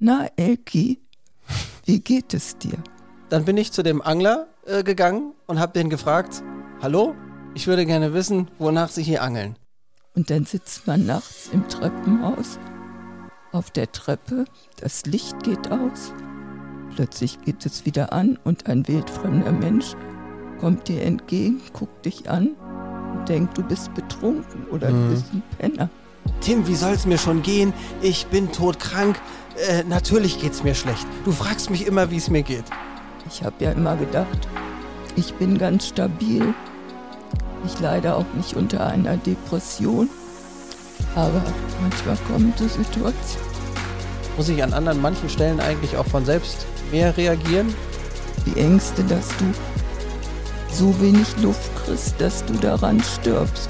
Na, Elki, wie geht es dir? Dann bin ich zu dem Angler gegangen und habe den gefragt, hallo, ich würde gerne wissen, wonach Sie hier angeln. Und dann sitzt man nachts im Treppenhaus auf der Treppe, das Licht geht aus, plötzlich geht es wieder an und ein wildfremder Mensch kommt dir entgegen, guckt dich an und denkt, du bist betrunken oder du bist ein Penner. Tim, wie soll's mir schon gehen? Ich bin todkrank. Natürlich geht's mir schlecht. Du fragst mich immer, wie es mir geht. Ich habe ja immer gedacht, ich bin ganz stabil. Ich leide auch nicht unter einer Depression. Aber manchmal kommen so Situationen. Muss ich an manchen Stellen eigentlich auch von selbst mehr reagieren? Die Ängste, dass du so wenig Luft kriegst, dass du daran stirbst.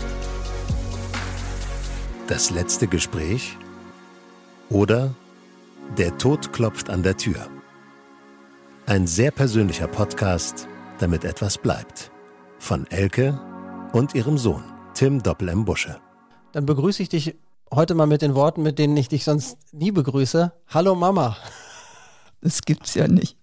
Das letzte Gespräch oder der Tod klopft an der Tür. Ein sehr persönlicher Podcast, damit etwas bleibt. Von Elke und ihrem Sohn, Tim Doppel-M. Busche. Dann begrüße ich dich heute mal mit den Worten, mit denen ich dich sonst nie begrüße. Hallo Mama. Das gibt's ja nicht.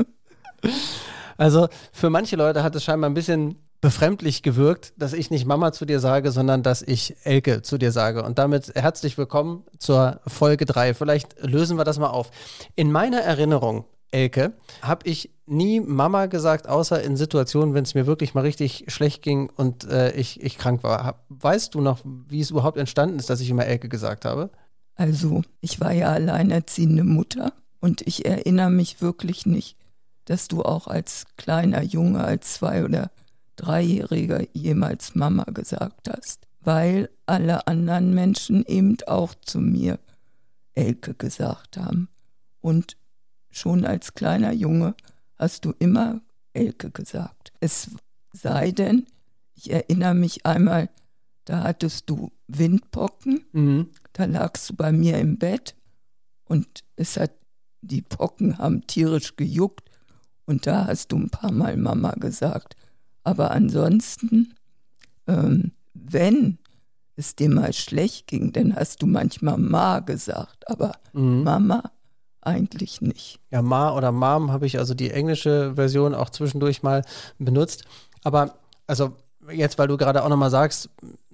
Also für manche Leute hat es scheinbar ein bisschen befremdlich gewirkt, dass ich nicht Mama zu dir sage, sondern dass ich Elke zu dir sage. Und damit herzlich willkommen zur Folge 3. Vielleicht lösen wir das mal auf. In meiner Erinnerung, Elke, habe ich nie Mama gesagt, außer in Situationen, wenn es mir wirklich mal richtig schlecht ging und ich krank war. Weißt du noch, wie es überhaupt entstanden ist, dass ich immer Elke gesagt habe? Also, ich war ja alleinerziehende Mutter und ich erinnere mich wirklich nicht, dass du auch als kleiner Junge, als 2- oder 3-Jähriger jemals Mama gesagt hast, weil alle anderen Menschen eben auch zu mir Elke gesagt haben. Und schon als kleiner Junge hast du immer Elke gesagt. Es sei denn, ich erinnere mich einmal, da hattest du Windpocken, da lagst du bei mir im Bett und die Pocken haben tierisch gejuckt und da hast du ein paar Mal Mama gesagt. Aber ansonsten, wenn es dir mal schlecht ging, dann hast du manchmal Ma gesagt, aber Mama eigentlich nicht. Ja, Ma oder Mom habe ich also die englische Version auch zwischendurch mal benutzt. Aber also jetzt, weil du gerade auch nochmal sagst,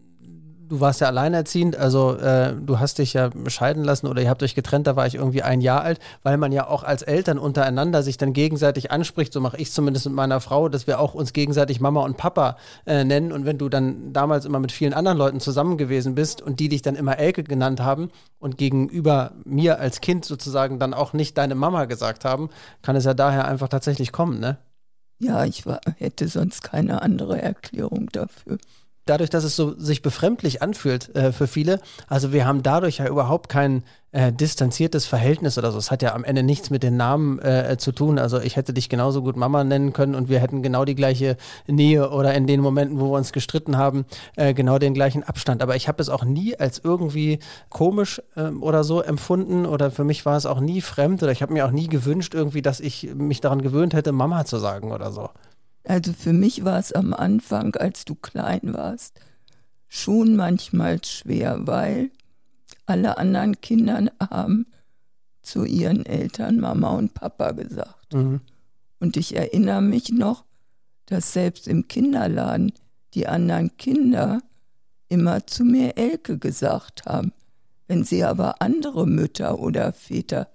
du warst ja alleinerziehend, also du hast dich ja scheiden lassen oder ihr habt euch getrennt, da war ich irgendwie 1 Jahr alt, weil man ja auch als Eltern untereinander sich dann gegenseitig anspricht, so mache ich es zumindest mit meiner Frau, dass wir auch uns gegenseitig Mama und Papa nennen und wenn du dann damals immer mit vielen anderen Leuten zusammen gewesen bist und die dich dann immer Elke genannt haben und gegenüber mir als Kind sozusagen dann auch nicht deine Mama gesagt haben, kann es ja daher einfach tatsächlich kommen, ne? Ja, hätte sonst keine andere Erklärung dafür. Dadurch, dass es so sich befremdlich anfühlt für viele, also wir haben dadurch ja überhaupt kein distanziertes Verhältnis oder so. Es hat ja am Ende nichts mit den Namen zu tun. Also ich hätte dich genauso gut Mama nennen können und wir hätten genau die gleiche Nähe oder in den Momenten, wo wir uns gestritten haben, genau den gleichen Abstand. Aber ich habe es auch nie als irgendwie komisch oder so empfunden oder für mich war es auch nie fremd oder ich habe mir auch nie gewünscht irgendwie, dass ich mich daran gewöhnt hätte, Mama zu sagen oder so. Also für mich war es am Anfang, als du klein warst, schon manchmal schwer, weil alle anderen Kinder haben zu ihren Eltern Mama und Papa gesagt. Und ich erinnere mich noch, dass selbst im Kinderladen die anderen Kinder immer zu mir Elke gesagt haben. Wenn sie aber andere Mütter oder Väter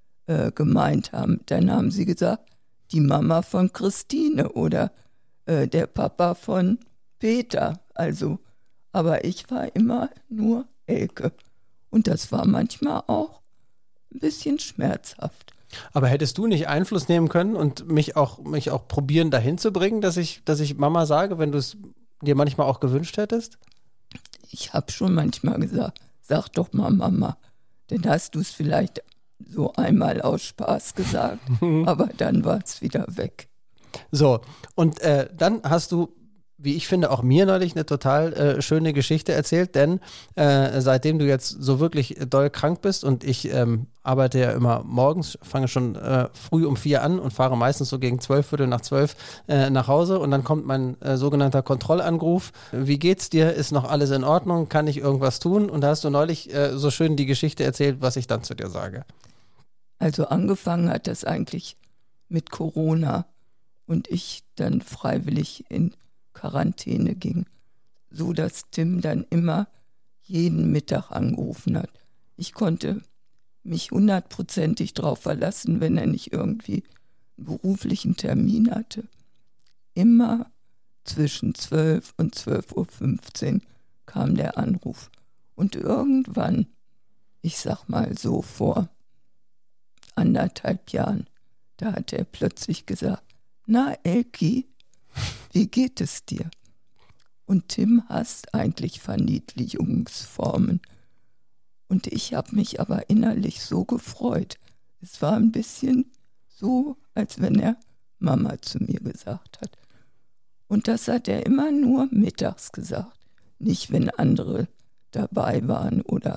gemeint haben, dann haben sie gesagt, die Mama von Christine oder der Papa von Peter. Also, aber ich war immer nur Elke. Und das war manchmal auch ein bisschen schmerzhaft. Aber hättest du nicht Einfluss nehmen können und mich auch probieren, dahin zu bringen, dass ich Mama sage, wenn du es dir manchmal auch gewünscht hättest? Ich habe schon manchmal gesagt, sag doch mal Mama. Dann hast du es vielleicht so einmal aus Spaß gesagt, aber dann war es wieder weg. So, und dann hast du, wie ich finde, auch mir neulich eine total schöne Geschichte erzählt, denn seitdem du jetzt so wirklich doll krank bist und ich arbeite ja immer morgens, fange schon früh um 4 an und fahre meistens so gegen 12, Viertel nach 12 nach Hause und dann kommt mein sogenannter Kontrollanruf. Wie geht's dir? Ist noch alles in Ordnung? Kann ich irgendwas tun? Und da hast du neulich so schön die Geschichte erzählt, was ich dann zu dir sage. Also angefangen hat das eigentlich mit Corona und ich dann freiwillig in Quarantäne ging, so dass Tim dann immer jeden Mittag angerufen hat. Ich konnte mich 100%ig drauf verlassen, wenn er nicht irgendwie einen beruflichen Termin hatte. Immer zwischen 12 und 12:15 Uhr kam der Anruf. Und irgendwann, ich sag mal so vor 1,5 Jahren, da hat er plötzlich gesagt, na Elki, wie geht es dir? Und Tim hasst eigentlich Verniedlichungsformen. Und ich habe mich aber innerlich so gefreut. Es war ein bisschen so, als wenn er Mama zu mir gesagt hat. Und das hat er immer nur mittags gesagt. Nicht, wenn andere dabei waren oder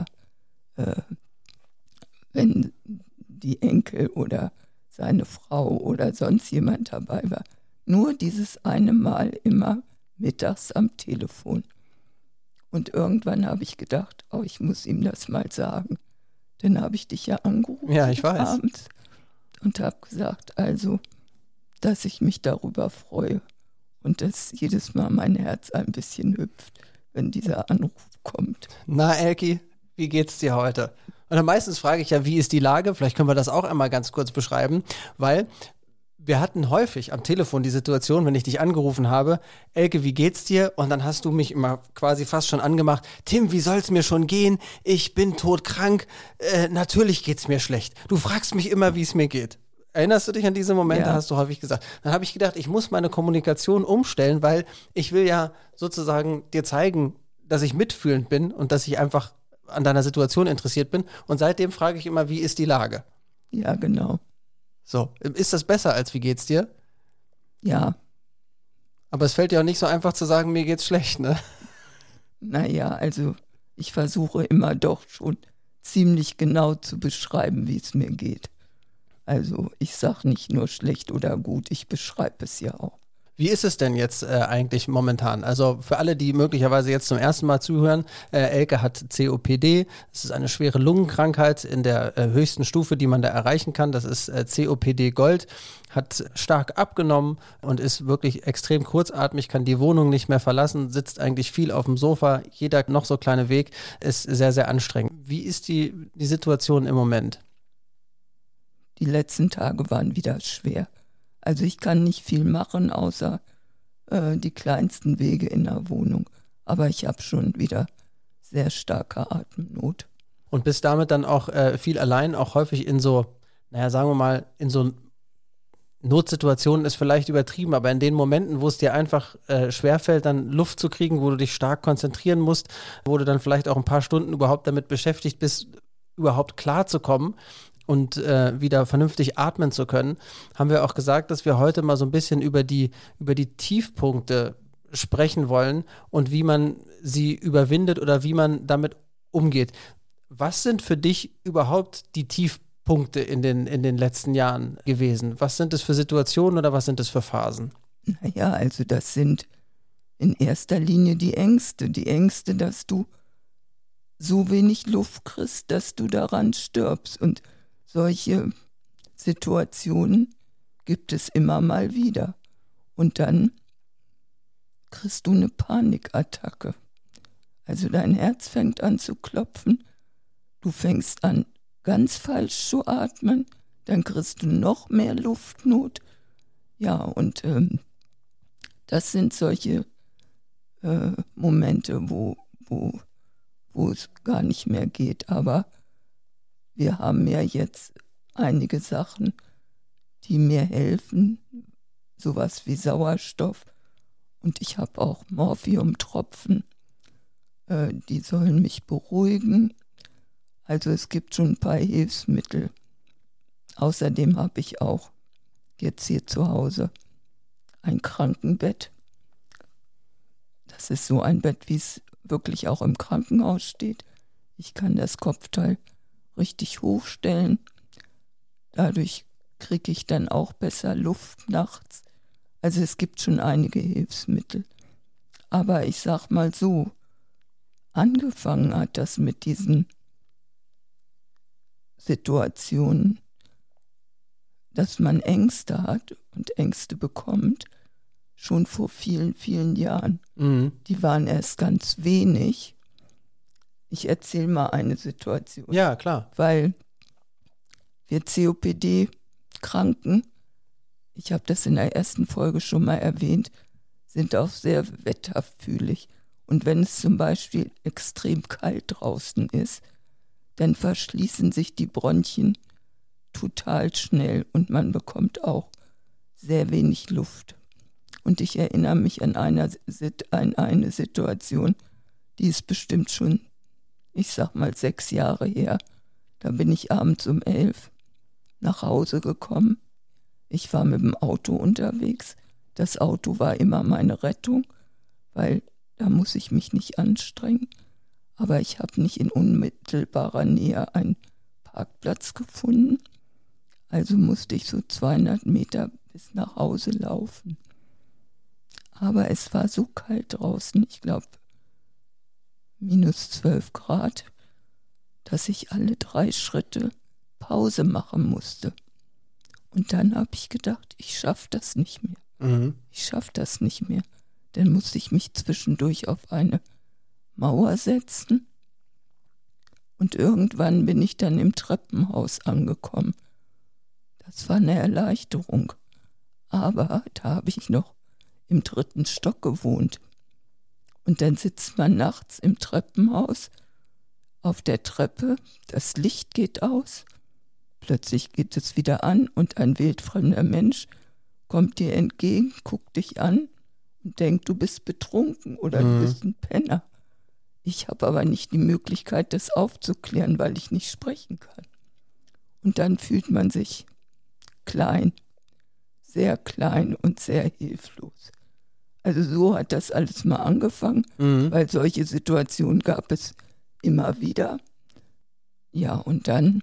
wenn die Enkel oder seine Frau oder sonst jemand dabei war. Nur dieses eine Mal immer mittags am Telefon. Und irgendwann habe ich gedacht, oh, ich muss ihm das mal sagen. Dann habe ich dich ja angerufen Ja, ich weiß. abends und habe gesagt, also, dass ich mich darüber freue und dass jedes Mal mein Herz ein bisschen hüpft, wenn dieser Anruf kommt. Na, Elki, wie geht's dir heute? Und dann meistens frage ich ja, wie ist die Lage? Vielleicht können wir das auch einmal ganz kurz beschreiben, weil wir hatten häufig am Telefon die Situation, wenn ich dich angerufen habe, Elke, wie geht's dir? Und dann hast du mich immer quasi fast schon angemacht, Tim, wie soll's mir schon gehen? Ich bin todkrank. Natürlich geht's mir schlecht. Du fragst mich immer, wie es mir geht. Erinnerst du dich an diese Momente? Ja. Hast du häufig gesagt. Dann habe ich gedacht, ich muss meine Kommunikation umstellen, weil ich will ja sozusagen dir zeigen, dass ich mitfühlend bin und dass ich einfach an deiner Situation interessiert bin. Und seitdem frage ich immer, wie ist die Lage? Ja, genau. So, ist das besser als wie geht's dir? Ja, Aber es fällt dir auch nicht so einfach zu sagen, mir geht's schlecht, ne? naja, also ich versuche immer doch schon ziemlich genau zu beschreiben, wie es mir geht. Also ich sage nicht nur schlecht oder gut, ich beschreibe es ja auch. Wie ist es denn jetzt eigentlich momentan? Also für alle, die möglicherweise jetzt zum ersten Mal zuhören, Elke hat COPD. Das ist eine schwere Lungenkrankheit in der höchsten Stufe, die man da erreichen kann. Das ist COPD Gold. Hat stark abgenommen und ist wirklich extrem kurzatmig, kann die Wohnung nicht mehr verlassen, sitzt eigentlich viel auf dem Sofa. Jeder noch so kleine Weg ist sehr, sehr anstrengend. Wie ist die Situation im Moment? Die letzten Tage waren wieder schwer. Also ich kann nicht viel machen, außer die kleinsten Wege in der Wohnung. Aber ich habe schon wieder sehr starke Atemnot. Und bist damit dann auch viel allein, auch häufig in so, naja, sagen wir mal, in so Notsituationen ist vielleicht übertrieben, aber in den Momenten, wo es dir einfach schwerfällt, dann Luft zu kriegen, wo du dich stark konzentrieren musst, wo du dann vielleicht auch ein paar Stunden überhaupt damit beschäftigt bist, überhaupt klarzukommen und wieder vernünftig atmen zu können, haben wir auch gesagt, dass wir heute mal so ein bisschen über die Tiefpunkte sprechen wollen und wie man sie überwindet oder wie man damit umgeht. Was sind für dich überhaupt die Tiefpunkte in den letzten Jahren gewesen? Was sind es für Situationen oder was sind es für Phasen? Naja, also das sind in erster Linie die Ängste, dass du so wenig Luft kriegst, dass du daran stirbst. Und solche Situationen gibt es immer mal wieder. Und dann kriegst du eine Panikattacke. Also dein Herz fängt an zu klopfen, du fängst an ganz falsch zu atmen, dann kriegst du noch mehr Luftnot. Ja, und das sind solche Momente, wo es gar nicht mehr geht. Aber wir haben ja jetzt einige Sachen, die mir helfen, sowas wie Sauerstoff. Und ich habe auch Morphiumtropfen, die sollen mich beruhigen. Also es gibt schon ein paar Hilfsmittel. Außerdem habe ich auch jetzt hier zu Hause ein Krankenbett. Das ist so ein Bett, wie es wirklich auch im Krankenhaus steht. Ich kann das Kopfteil richtig hochstellen. Dadurch kriege ich dann auch besser Luft nachts. Also es gibt schon einige Hilfsmittel. Aber ich sag mal so, angefangen hat das mit diesen Situationen dass man Ängste hat und Ängste bekommt, schon vor vielen, vielen Jahren. Mhm. Die waren erst ganz wenig. Ich erzähle mal eine Situation. Ja, klar. Weil wir COPD-Kranken, ich habe das in der ersten Folge schon mal erwähnt, sind auch sehr wetterfühlig. Und wenn es zum Beispiel extrem kalt draußen ist, dann verschließen sich die Bronchien total schnell und man bekommt auch sehr wenig Luft. Und ich erinnere mich an eine Situation, die ist bestimmt schon, ich sag mal, 6 Jahre her. Da bin ich abends um 11 nach Hause gekommen. Ich war mit dem Auto unterwegs. Das Auto war immer meine Rettung, weil da muss ich mich nicht anstrengen. Aber ich habe nicht in unmittelbarer Nähe einen Parkplatz gefunden. Also musste ich so 200 Meter bis nach Hause laufen. Aber es war so kalt draußen, ich glaube -12 Grad, dass ich alle 3 Schritte Pause machen musste. Und dann habe ich gedacht, ich schaffe das nicht mehr. Mhm. Ich schaffe das nicht mehr. Dann musste ich mich zwischendurch auf eine Mauer setzen. Und irgendwann bin ich dann im Treppenhaus angekommen. Das war eine Erleichterung. Aber da habe ich noch im 3. Stock gewohnt. Und dann sitzt man nachts im Treppenhaus auf der Treppe, das Licht geht aus, plötzlich geht es wieder an und ein wildfremder Mensch kommt dir entgegen, guckt dich an und denkt, du bist betrunken oder du bist ein Penner. Ich habe aber nicht die Möglichkeit, das aufzuklären, weil ich nicht sprechen kann. Und dann fühlt man sich klein, sehr klein und sehr hilflos. Also so hat das alles mal angefangen, weil solche Situationen gab es immer wieder. Ja, und dann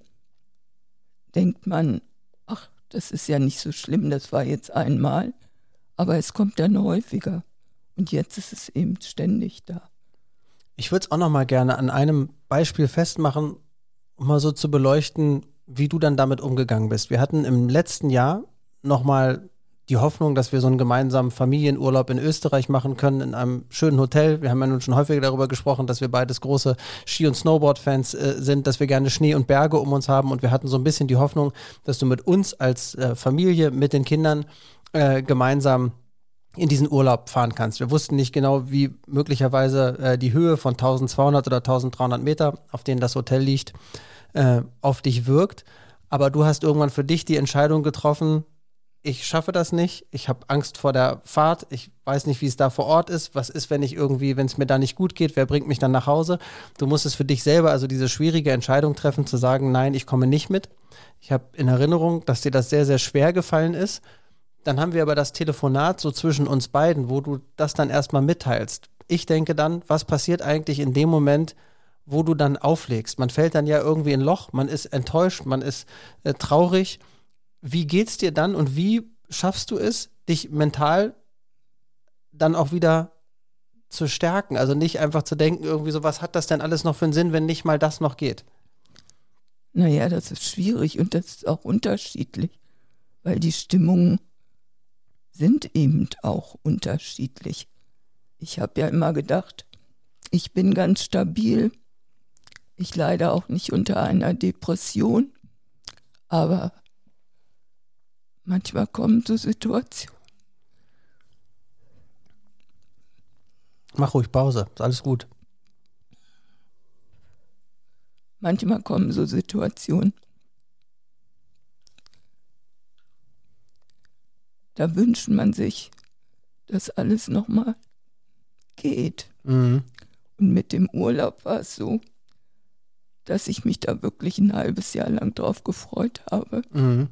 denkt man, ach, das ist ja nicht so schlimm, das war jetzt einmal, aber es kommt dann häufiger. Und jetzt ist es eben ständig da. Ich würde es auch noch mal gerne an einem Beispiel festmachen, um mal so zu beleuchten, wie du dann damit umgegangen bist. Wir hatten im letzten Jahr noch mal die Hoffnung, dass wir so einen gemeinsamen Familienurlaub in Österreich machen können, in einem schönen Hotel. Wir haben ja nun schon häufiger darüber gesprochen, dass wir beides große Ski- und Snowboard-Fans sind, dass wir gerne Schnee und Berge um uns haben. Und wir hatten so ein bisschen die Hoffnung, dass du mit uns als Familie, mit den Kindern gemeinsam in diesen Urlaub fahren kannst. Wir wussten nicht genau, wie möglicherweise die Höhe von 1200 oder 1300 Meter, auf denen das Hotel liegt, auf dich wirkt. Aber du hast irgendwann für dich die Entscheidung getroffen, ich schaffe das nicht, ich habe Angst vor der Fahrt, ich weiß nicht, wie es da vor Ort ist, was ist, wenn es mir da nicht gut geht, wer bringt mich dann nach Hause? Du musstest für dich selber also diese schwierige Entscheidung treffen, zu sagen, nein, ich komme nicht mit. Ich habe in Erinnerung, dass dir das sehr, sehr schwer gefallen ist. Dann haben wir aber das Telefonat so zwischen uns beiden, wo du das dann erstmal mitteilst. Ich denke dann, was passiert eigentlich in dem Moment, wo du dann auflegst? Man fällt dann ja irgendwie in ein Loch, man ist enttäuscht, man ist traurig. Wie geht's dir dann und wie schaffst du es, dich mental dann auch wieder zu stärken? Also nicht einfach zu denken, irgendwie so, was hat das denn alles noch für einen Sinn, wenn nicht mal das noch geht? Naja, das ist schwierig und das ist auch unterschiedlich, weil die Stimmungen sind eben auch unterschiedlich. Ich habe ja immer gedacht, ich bin ganz stabil, ich leide auch nicht unter einer Depression, aber manchmal kommen so Situationen. Mach ruhig Pause, ist alles gut. Manchmal kommen so Situationen. Da wünscht man sich, dass alles nochmal geht. Mhm. Und mit dem Urlaub war es so, dass ich mich da wirklich ein halbes Jahr lang drauf gefreut habe. Mhm.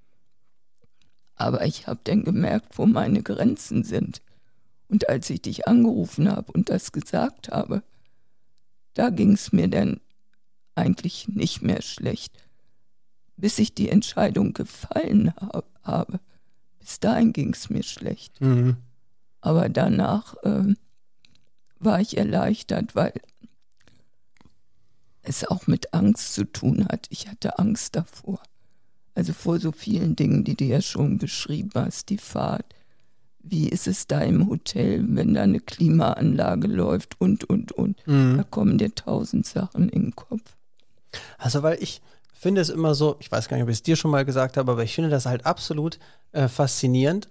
Aber ich habe dann gemerkt, wo meine Grenzen sind. Und als ich dich angerufen habe und das gesagt habe, da ging es mir dann eigentlich nicht mehr schlecht. Bis ich die Entscheidung gefallen habe. Bis dahin ging es mir schlecht. Mhm. Aber danach war ich erleichtert, weil es auch mit Angst zu tun hat. Ich hatte Angst davor. Also vor so vielen Dingen, die du ja schon beschrieben hast, die Fahrt. Wie ist es da im Hotel, wenn da eine Klimaanlage läuft und. Da kommen dir 1000 Sachen in den Kopf. Also weil ich finde es immer so, ich weiß gar nicht, ob ich es dir schon mal gesagt habe, aber ich finde das halt absolut faszinierend.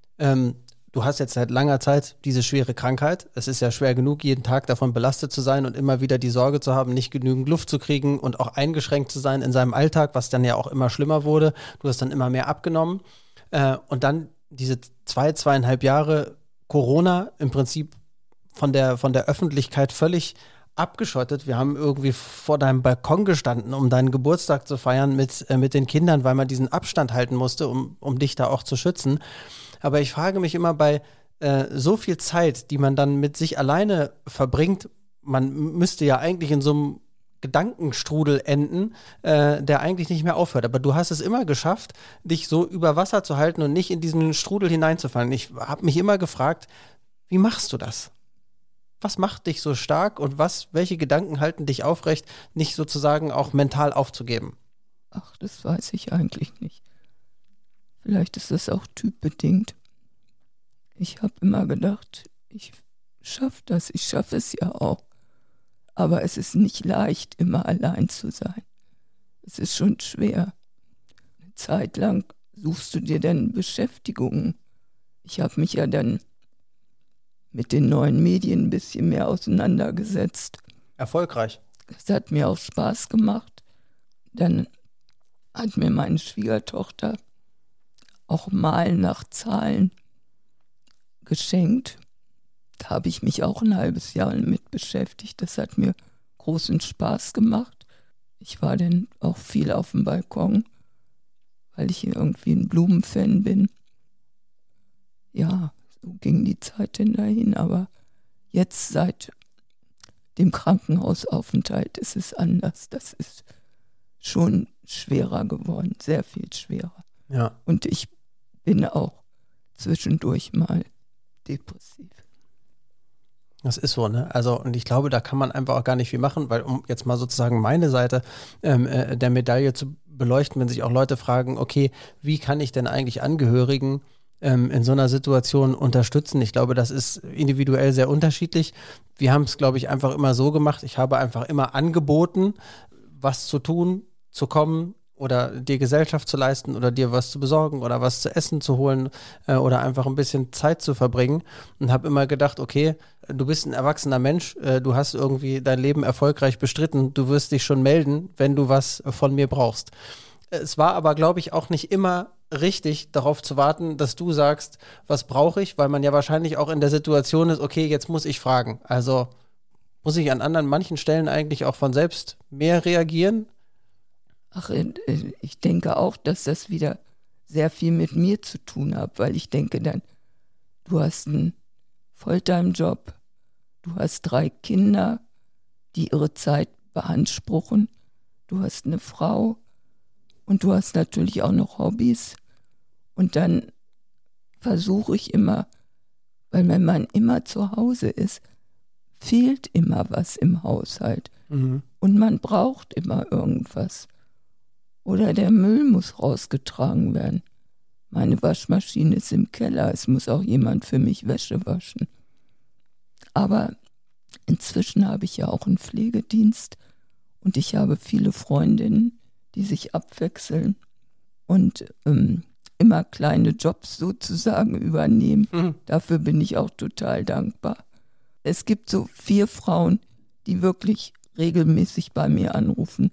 Du hast jetzt seit langer Zeit diese schwere Krankheit. Es ist ja schwer genug, jeden Tag davon belastet zu sein und immer wieder die Sorge zu haben, nicht genügend Luft zu kriegen und auch eingeschränkt zu sein in seinem Alltag, was dann ja auch immer schlimmer wurde. Du hast dann immer mehr abgenommen. Und dann diese 2,5 Jahre Corona im Prinzip von der Öffentlichkeit völlig abgeschottet. Wir haben irgendwie vor deinem Balkon gestanden, um deinen Geburtstag zu feiern mit den Kindern, weil man diesen Abstand halten musste, um dich da auch zu schützen. Aber ich frage mich immer bei so viel Zeit, die man dann mit sich alleine verbringt, man müsste ja eigentlich in so einem Gedankenstrudel enden, der eigentlich nicht mehr aufhört. Aber du hast es immer geschafft, dich so über Wasser zu halten und nicht in diesen Strudel hineinzufallen. Ich habe mich immer gefragt, wie machst du das? Was macht dich so stark und welche Gedanken halten dich aufrecht, nicht sozusagen auch mental aufzugeben? Ach, das weiß ich eigentlich nicht. Vielleicht ist das auch typbedingt. Ich habe immer gedacht, ich schaffe das, ich schaffe es ja auch. Aber es ist nicht leicht, immer allein zu sein. Es ist schon schwer. Eine Zeit lang suchst du dir dann Beschäftigungen. Ich habe mich ja dann mit den neuen Medien ein bisschen mehr auseinandergesetzt. Erfolgreich. Es hat mir auch Spaß gemacht. Dann hat mir meine Schwiegertochter auch Malen nach Zahlen geschenkt. Da habe ich mich auch ein halbes Jahr mit beschäftigt. Das hat mir großen Spaß gemacht. Ich war dann auch viel auf dem Balkon, weil ich irgendwie ein Blumenfan bin. Ja, so ging die Zeit denn dahin. Aber jetzt seit dem Krankenhausaufenthalt ist es anders. Das ist schon schwerer geworden, sehr viel schwerer. Ja. Und ich bin auch zwischendurch mal depressiv. Das ist so, ne? Also, und ich glaube, da kann man einfach auch gar nicht viel machen, weil, um jetzt mal sozusagen meine Seite der Medaille zu beleuchten, wenn sich auch Leute fragen, okay, wie kann ich denn eigentlich Angehörigen in so einer Situation unterstützen? Ich glaube, das ist individuell sehr unterschiedlich. Wir haben es, glaube ich, einfach immer so gemacht. Ich habe einfach immer angeboten, was zu tun, zu kommen oder dir Gesellschaft zu leisten oder dir was zu besorgen oder was zu essen zu holen oder einfach ein bisschen Zeit zu verbringen und habe immer gedacht, okay, du bist ein erwachsener Mensch, du hast irgendwie dein Leben erfolgreich bestritten, du wirst dich schon melden, wenn du was von mir brauchst. Es war aber, glaube ich, auch nicht immer richtig, darauf zu warten, dass du sagst, was brauche ich, weil man ja wahrscheinlich auch in der Situation ist, okay, jetzt muss ich fragen. Also muss ich an manchen Stellen eigentlich auch von selbst mehr reagieren? Ach, ich denke auch, dass das wieder sehr viel mit mir zu tun hat, weil ich denke dann, du hast einen Fulltime-Job, du hast 3 Kinder, die ihre Zeit beanspruchen, du hast eine Frau und du hast natürlich auch noch Hobbys. Und dann versuche ich immer, weil wenn man immer zu Hause ist, fehlt immer was im Haushalt. Mhm. Und man braucht immer irgendwas. Oder der Müll muss rausgetragen werden. Meine Waschmaschine ist im Keller, es muss auch jemand für mich Wäsche waschen. Aber inzwischen habe ich ja auch einen Pflegedienst und ich habe viele Freundinnen, die sich abwechseln und immer kleine Jobs sozusagen übernehmen. Mhm. Dafür bin ich auch total dankbar. Es gibt so 4 Frauen, die wirklich regelmäßig bei mir anrufen.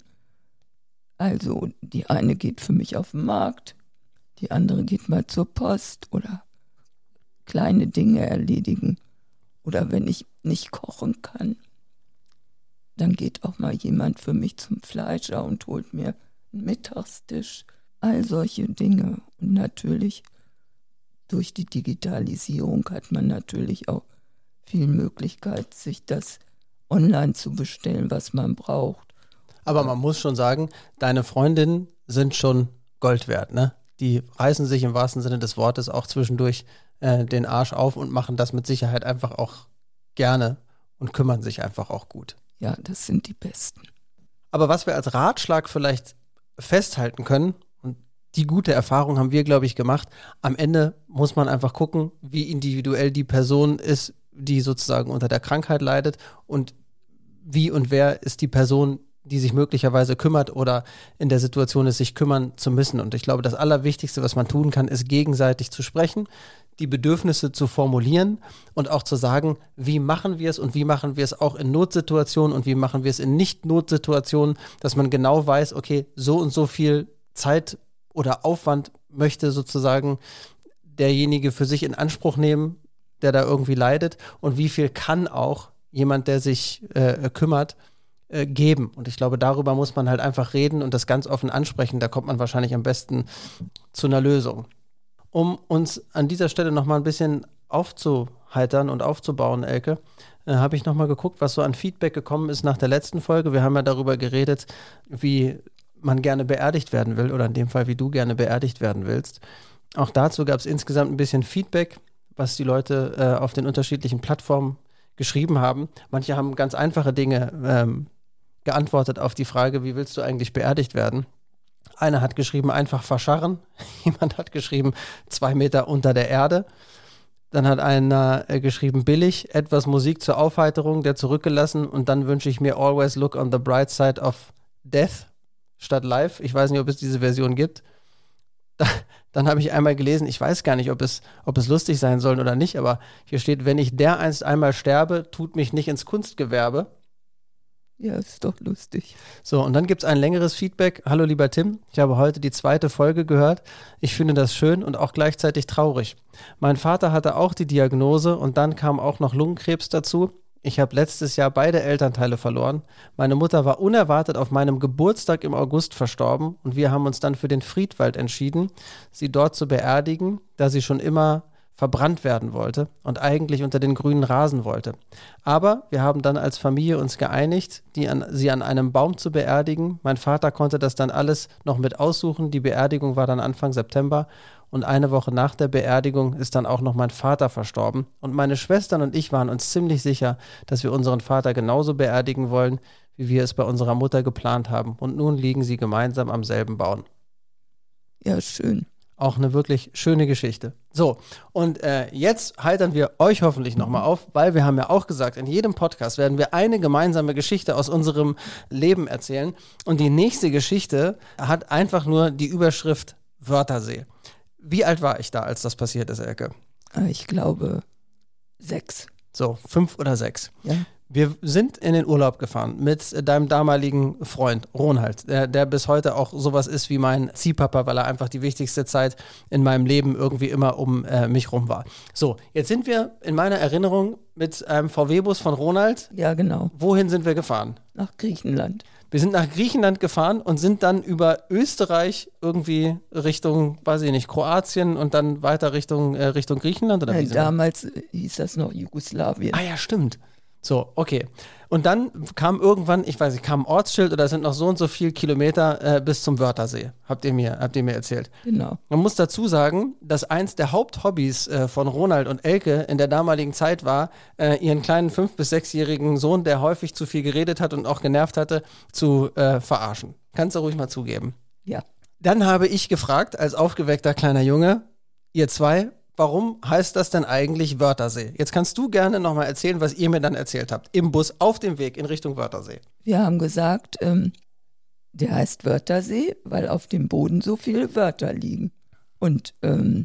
Also die eine geht für mich auf den Markt, die andere geht mal zur Post oder kleine Dinge erledigen. Oder wenn ich nicht kochen kann, dann geht auch mal jemand für mich zum Fleischer und holt mir einen Mittagstisch. All solche Dinge. Und natürlich durch die Digitalisierung hat man natürlich auch viel Möglichkeit, sich das online zu bestellen, was man braucht. Aber man muss schon sagen, deine Freundinnen sind schon Gold wert, ne? Die reißen sich im wahrsten Sinne des Wortes auch zwischendurch den Arsch auf und machen das mit Sicherheit einfach auch gerne und kümmern sich einfach auch gut. Ja, das sind die Besten. Aber was wir als Ratschlag vielleicht festhalten können, und die gute Erfahrung haben wir, glaube ich, gemacht. Am Ende muss man einfach gucken, wie individuell die Person ist, die sozusagen unter der Krankheit leidet und wie und wer ist die Person, die sich möglicherweise kümmert oder in der Situation ist, sich kümmern zu müssen. Und ich glaube, das Allerwichtigste, was man tun kann, ist gegenseitig zu sprechen, die Bedürfnisse zu formulieren und auch zu sagen, wie machen wir es und wie machen wir es auch in Notsituationen und wie machen wir es in Nicht-Notsituationen, dass man genau weiß, okay, so und so viel Zeit oder Aufwand möchte sozusagen derjenige für sich in Anspruch nehmen, der da irgendwie leidet und wie viel kann auch jemand, der sich kümmert, geben. Und ich glaube, darüber muss man halt einfach reden und das ganz offen ansprechen. Da kommt man wahrscheinlich am besten zu einer Lösung. Um uns an dieser Stelle nochmal ein bisschen aufzuheitern und aufzubauen, Elke, habe ich nochmal geguckt, was so an Feedback gekommen ist nach der letzten Folge. Wir haben ja darüber geredet, wie man gerne beerdigt werden will oder in dem Fall, wie du gerne beerdigt werden willst. Auch dazu gab es insgesamt ein bisschen Feedback, was die Leute auf den unterschiedlichen Plattformen geschrieben haben. Manche haben ganz einfache Dinge geantwortet auf die Frage, wie willst du eigentlich beerdigt werden? Einer hat geschrieben, einfach verscharren. Jemand hat geschrieben, 2 Meter unter der Erde. Dann hat einer geschrieben, billig, etwas Musik zur Aufheiterung, der zurückgelassen und dann wünsche ich mir always look on the bright side of death statt live. Ich weiß nicht, ob es diese Version gibt. Dann habe ich einmal gelesen, ich weiß gar nicht, ob es lustig sein soll oder nicht, aber hier steht, wenn ich dereinst einmal sterbe, tut mich nicht ins Kunstgewerbe. Ja, ist doch lustig. So, und dann gibt es ein längeres Feedback. Hallo lieber Tim, ich habe heute die 2. Folge gehört. Ich finde das schön und auch gleichzeitig traurig. Mein Vater hatte auch die Diagnose und dann kam auch noch Lungenkrebs dazu. Ich habe letztes Jahr beide Elternteile verloren. Meine Mutter war unerwartet auf meinem Geburtstag im August verstorben und wir haben uns dann für den Friedwald entschieden, sie dort zu beerdigen, da sie schon immer verbrannt werden wollte und eigentlich unter den grünen Rasen wollte. Aber wir haben dann als Familie uns geeinigt, sie an einem Baum zu beerdigen. Mein Vater konnte das dann alles noch mit aussuchen. Die Beerdigung war dann Anfang September und eine Woche nach der Beerdigung ist dann auch noch mein Vater verstorben. Und meine Schwestern und ich waren uns ziemlich sicher, dass wir unseren Vater genauso beerdigen wollen, wie wir es bei unserer Mutter geplant haben. Und nun liegen sie gemeinsam am selben Baum. Ja, schön. Auch eine wirklich schöne Geschichte. So, und jetzt heitern wir euch hoffentlich nochmal auf, weil wir haben ja auch gesagt, in jedem Podcast werden wir eine gemeinsame Geschichte aus unserem Leben erzählen. Und die nächste Geschichte hat einfach nur die Überschrift Wörthersee. Wie alt war ich da, als das passiert ist, Elke? Ich glaube 6. So, 5 oder 6. Ja. Wir sind in den Urlaub gefahren mit deinem damaligen Freund Ronald, der bis heute auch sowas ist wie mein Ziehpapa, weil er einfach die wichtigste Zeit in meinem Leben irgendwie immer um mich rum war. So, jetzt sind wir in meiner Erinnerung mit einem VW-Bus von Ronald. Ja, genau. Wohin sind wir gefahren? Nach Griechenland. Wir sind nach Griechenland gefahren und sind dann über Österreich irgendwie Richtung, weiß ich nicht, Kroatien und dann weiter Richtung Griechenland? Oder Nein, damals hieß das noch Jugoslawien. Ah ja, stimmt. So, okay. Und dann kam irgendwann, ich weiß nicht, kam ein Ortsschild oder es sind noch so und so viele Kilometer bis zum Wörthersee, habt ihr mir erzählt. Genau. Man muss dazu sagen, dass eins der Haupthobbys von Ronald und Elke in der damaligen Zeit war, ihren kleinen 5- bis 6-jährigen Sohn, der häufig zu viel geredet hat und auch genervt hatte, zu verarschen. Kannst du ruhig mal zugeben. Ja. Dann habe ich gefragt, als aufgeweckter kleiner Junge, ihr zwei, warum heißt das denn eigentlich Wörthersee? Jetzt kannst du gerne nochmal erzählen, was ihr mir dann erzählt habt. Im Bus auf dem Weg in Richtung Wörthersee. Wir haben gesagt, der heißt Wörthersee, weil auf dem Boden so viele Wörter liegen. Und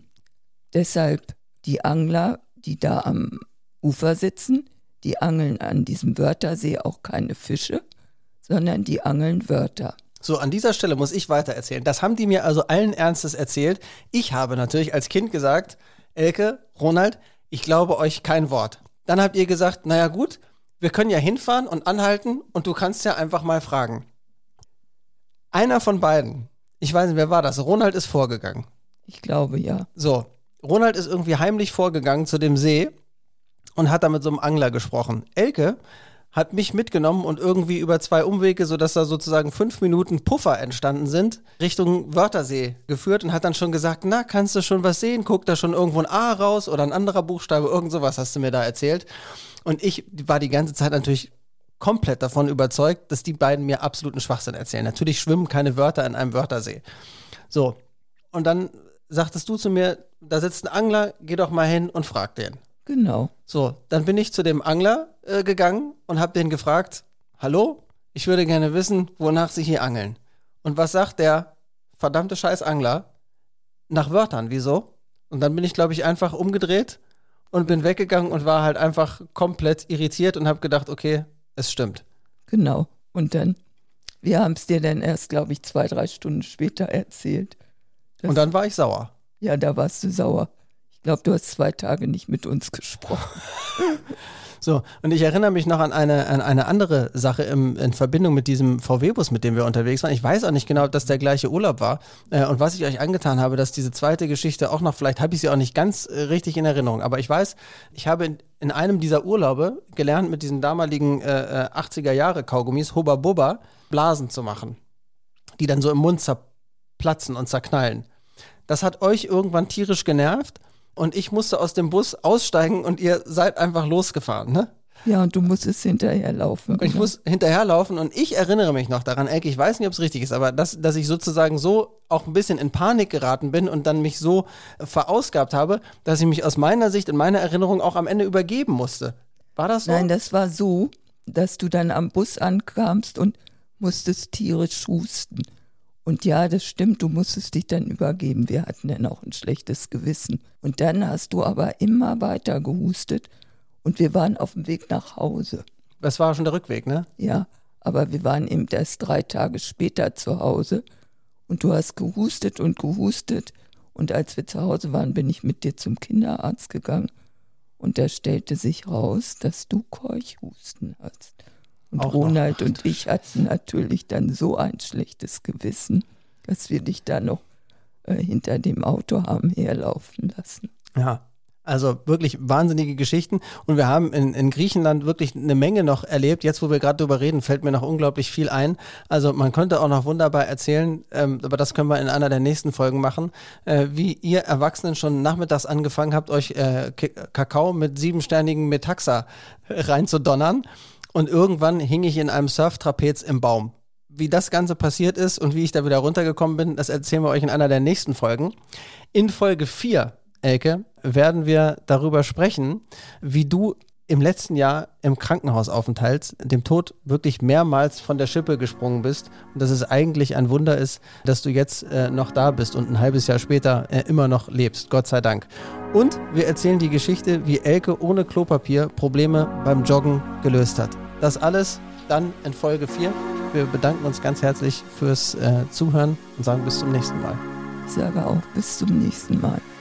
deshalb die Angler, die da am Ufer sitzen, die angeln an diesem Wörthersee auch keine Fische, sondern die angeln Wörter. So, an dieser Stelle muss ich weiter erzählen. Das haben die mir also allen Ernstes erzählt. Ich habe natürlich als Kind gesagt, Elke, Ronald, ich glaube euch kein Wort. Dann habt ihr gesagt, naja gut, wir können ja hinfahren und anhalten und du kannst ja einfach mal fragen. Einer von beiden, ich weiß nicht, wer war das? Ronald ist vorgegangen. Ich glaube, ja. So, Ronald ist irgendwie heimlich vorgegangen zu dem See und hat da mit so einem Angler gesprochen. Elke hat mich mitgenommen und irgendwie über 2 Umwege, sodass da sozusagen 5 Minuten Puffer entstanden sind, Richtung Wörthersee geführt und hat dann schon gesagt, na, kannst du schon was sehen? Guck da schon irgendwo ein A raus oder ein anderer Buchstabe, irgend sowas hast du mir da erzählt. Und ich war die ganze Zeit natürlich komplett davon überzeugt, dass die beiden mir absoluten Schwachsinn erzählen. Natürlich schwimmen keine Wörter in einem Wörthersee. So, und dann sagtest du zu mir, da sitzt ein Angler, geh doch mal hin und frag den. Genau. So, dann bin ich zu dem Angler gegangen und habe den gefragt, hallo, ich würde gerne wissen, wonach Sie hier angeln. Und was sagt der verdammte scheiß Angler? Nach Wörtern, wieso? Und dann bin ich, glaube ich, einfach umgedreht und bin weggegangen und war halt einfach komplett irritiert und habe gedacht, okay, es stimmt. Genau. Und dann, wir haben es dir dann erst, glaube ich, 2-3 Stunden später erzählt. Und dann war ich sauer. Ja, da warst du sauer. Ich glaube, du hast 2 Tage nicht mit uns gesprochen. So, und ich erinnere mich noch an eine andere Sache in Verbindung mit diesem VW-Bus, mit dem wir unterwegs waren. Ich weiß auch nicht genau, ob das der gleiche Urlaub war. Und was ich euch angetan habe, dass diese zweite Geschichte auch noch, vielleicht habe ich sie auch nicht ganz richtig in Erinnerung, aber ich weiß, ich habe in einem dieser Urlaube gelernt, mit diesen damaligen 80er-Jahre-Kaugummis, Hubba Bubba, Blasen zu machen, die dann so im Mund zerplatzen und zerknallen. Das hat euch irgendwann tierisch genervt. Und ich musste aus dem Bus aussteigen und ihr seid einfach losgefahren, ne? Ja, und du musstest hinterherlaufen. Und ich muss hinterherlaufen und ich erinnere mich noch daran, Elke, ich weiß nicht, ob es richtig ist, aber dass ich sozusagen so auch ein bisschen in Panik geraten bin und dann mich so verausgabt habe, dass ich mich aus meiner Sicht, in meiner Erinnerung auch am Ende übergeben musste. War das so? Nein, das war so, dass du dann am Bus ankamst und musstest tierisch husten. Und ja, das stimmt, du musstest dich dann übergeben. Wir hatten dann auch ein schlechtes Gewissen. Und dann hast du aber immer weiter gehustet und wir waren auf dem Weg nach Hause. Das war schon der Rückweg, ne? Ja, aber wir waren eben erst 3 Tage später zu Hause und du hast gehustet und gehustet. Und als wir zu Hause waren, bin ich mit dir zum Kinderarzt gegangen und da stellte sich raus, dass du Keuchhusten hast. Und auch Ronald und ich hatten natürlich dann so ein schlechtes Gewissen, dass wir dich da noch hinter dem Auto haben herlaufen lassen. Ja, also wirklich wahnsinnige Geschichten. Und wir haben in Griechenland wirklich eine Menge noch erlebt. Jetzt, wo wir gerade drüber reden, fällt mir noch unglaublich viel ein. Also man könnte auch noch wunderbar erzählen, aber das können wir in einer der nächsten Folgen machen, wie ihr Erwachsenen schon nachmittags angefangen habt, euch Kakao mit 7-sternigen Metaxa reinzudonnern. Und irgendwann hing ich in einem Surftrapez im Baum. Wie das Ganze passiert ist und wie ich da wieder runtergekommen bin, das erzählen wir euch in einer der nächsten Folgen. In Folge 4, Elke, werden wir darüber sprechen, wie du im letzten Jahr im Krankenhausaufenthalt dem Tod wirklich mehrmals von der Schippe gesprungen bist und dass es eigentlich ein Wunder ist, dass du jetzt noch da bist und ein halbes Jahr später immer noch lebst, Gott sei Dank. Und wir erzählen die Geschichte, wie Elke ohne Klopapier Probleme beim Joggen gelöst hat. Das alles dann in Folge 4. Wir bedanken uns ganz herzlich fürs Zuhören und sagen bis zum nächsten Mal. Ich sage auch bis zum nächsten Mal.